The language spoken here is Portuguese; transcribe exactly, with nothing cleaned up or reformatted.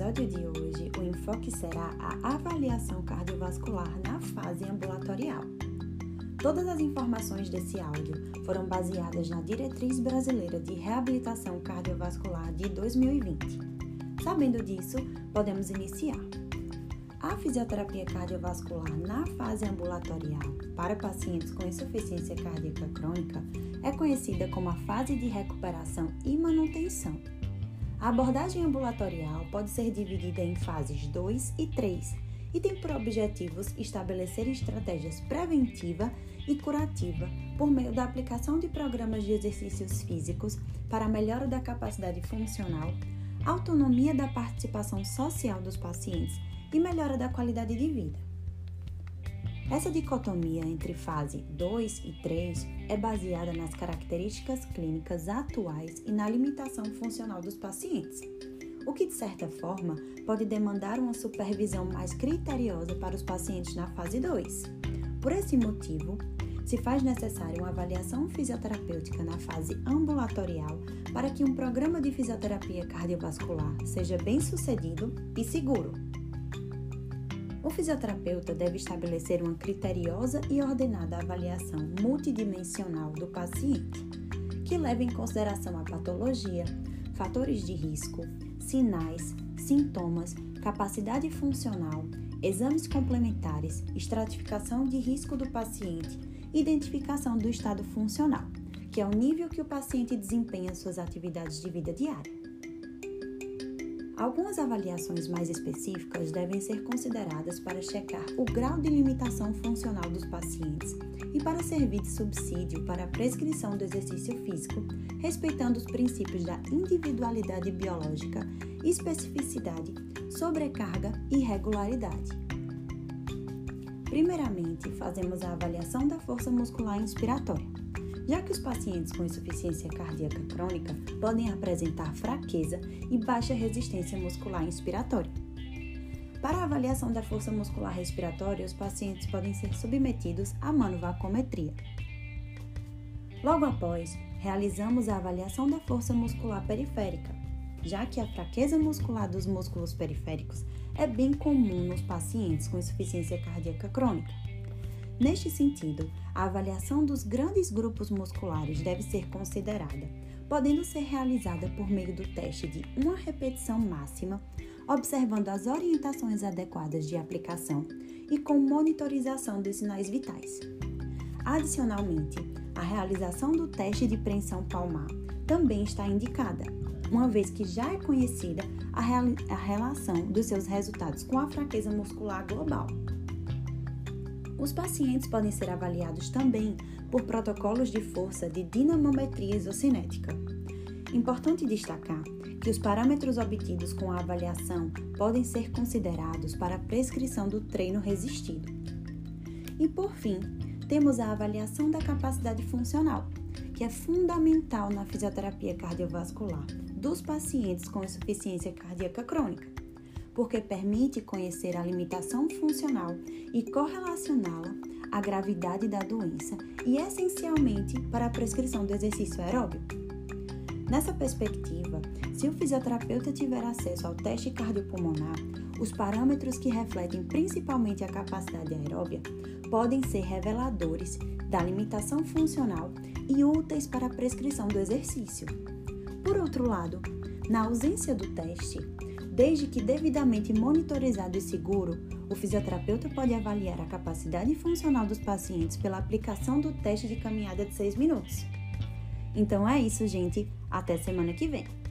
episódio de hoje, o enfoque será a avaliação cardiovascular na fase ambulatorial. Todas as informações desse áudio foram baseadas na Diretriz Brasileira de Reabilitação Cardiovascular de dois mil e vinte. Sabendo disso, podemos iniciar. A fisioterapia cardiovascular na fase ambulatorial para pacientes com insuficiência cardíaca crônica é conhecida como a fase de recuperação e manutenção. A abordagem ambulatorial pode ser dividida em fases dois e três e tem por objetivos estabelecer estratégias preventiva e curativa por meio da aplicação de programas de exercícios físicos para a melhora da capacidade funcional, autonomia da participação social dos pacientes e melhora da qualidade de vida. Essa dicotomia entre fase dois e três é baseada nas características clínicas atuais e na limitação funcional dos pacientes, o que, de certa forma, pode demandar uma supervisão mais criteriosa para os pacientes na fase dois. Por esse motivo, se faz necessária uma avaliação fisioterapêutica na fase ambulatorial para que um programa de fisioterapia cardiovascular seja bem-sucedido e seguro. O fisioterapeuta deve estabelecer uma criteriosa e ordenada avaliação multidimensional do paciente, que leve em consideração a patologia, fatores de risco, sinais, sintomas, capacidade funcional, exames complementares, estratificação de risco do paciente e identificação do estado funcional, que é o nível que o paciente desempenha suas atividades de vida diária. Algumas avaliações mais específicas devem ser consideradas para checar o grau de limitação funcional dos pacientes e para servir de subsídio para a prescrição do exercício físico, respeitando os princípios da individualidade biológica, especificidade, sobrecarga e regularidade. Primeiramente, fazemos a avaliação da força muscular inspiratória, já que os pacientes com insuficiência cardíaca crônica podem apresentar fraqueza e baixa resistência muscular inspiratória. Para a avaliação da força muscular respiratória, os pacientes podem ser submetidos à manovacometria. Logo após, realizamos a avaliação da força muscular periférica, já que a fraqueza muscular dos músculos periféricos é bem comum nos pacientes com insuficiência cardíaca crônica. Neste sentido, a avaliação dos grandes grupos musculares deve ser considerada, podendo ser realizada por meio do teste de uma repetição máxima, observando as orientações adequadas de aplicação e com monitorização dos sinais vitais. Adicionalmente, a realização do teste de preensão palmar também está indicada, uma vez que já é conhecida a, real- a relação dos seus resultados com a fraqueza muscular global. Os pacientes podem ser avaliados também por protocolos de força de dinamometria isocinética. Importante destacar que os parâmetros obtidos com a avaliação podem ser considerados para a prescrição do treino resistido. E por fim, temos a avaliação da capacidade funcional, que é fundamental na fisioterapia cardiovascular dos pacientes com insuficiência cardíaca crônica, porque permite conhecer a limitação funcional e correlacioná-la à gravidade da doença e, essencialmente, para a prescrição do exercício aeróbio. Nessa perspectiva, se o fisioterapeuta tiver acesso ao teste cardiopulmonar, os parâmetros que refletem principalmente a capacidade aeróbia podem ser reveladores da limitação funcional e úteis para a prescrição do exercício. Por outro lado, na ausência do teste, desde que devidamente monitorizado e seguro, o fisioterapeuta pode avaliar a capacidade funcional dos pacientes pela aplicação do teste de caminhada de seis minutos. Então é isso, gente. Até semana que vem!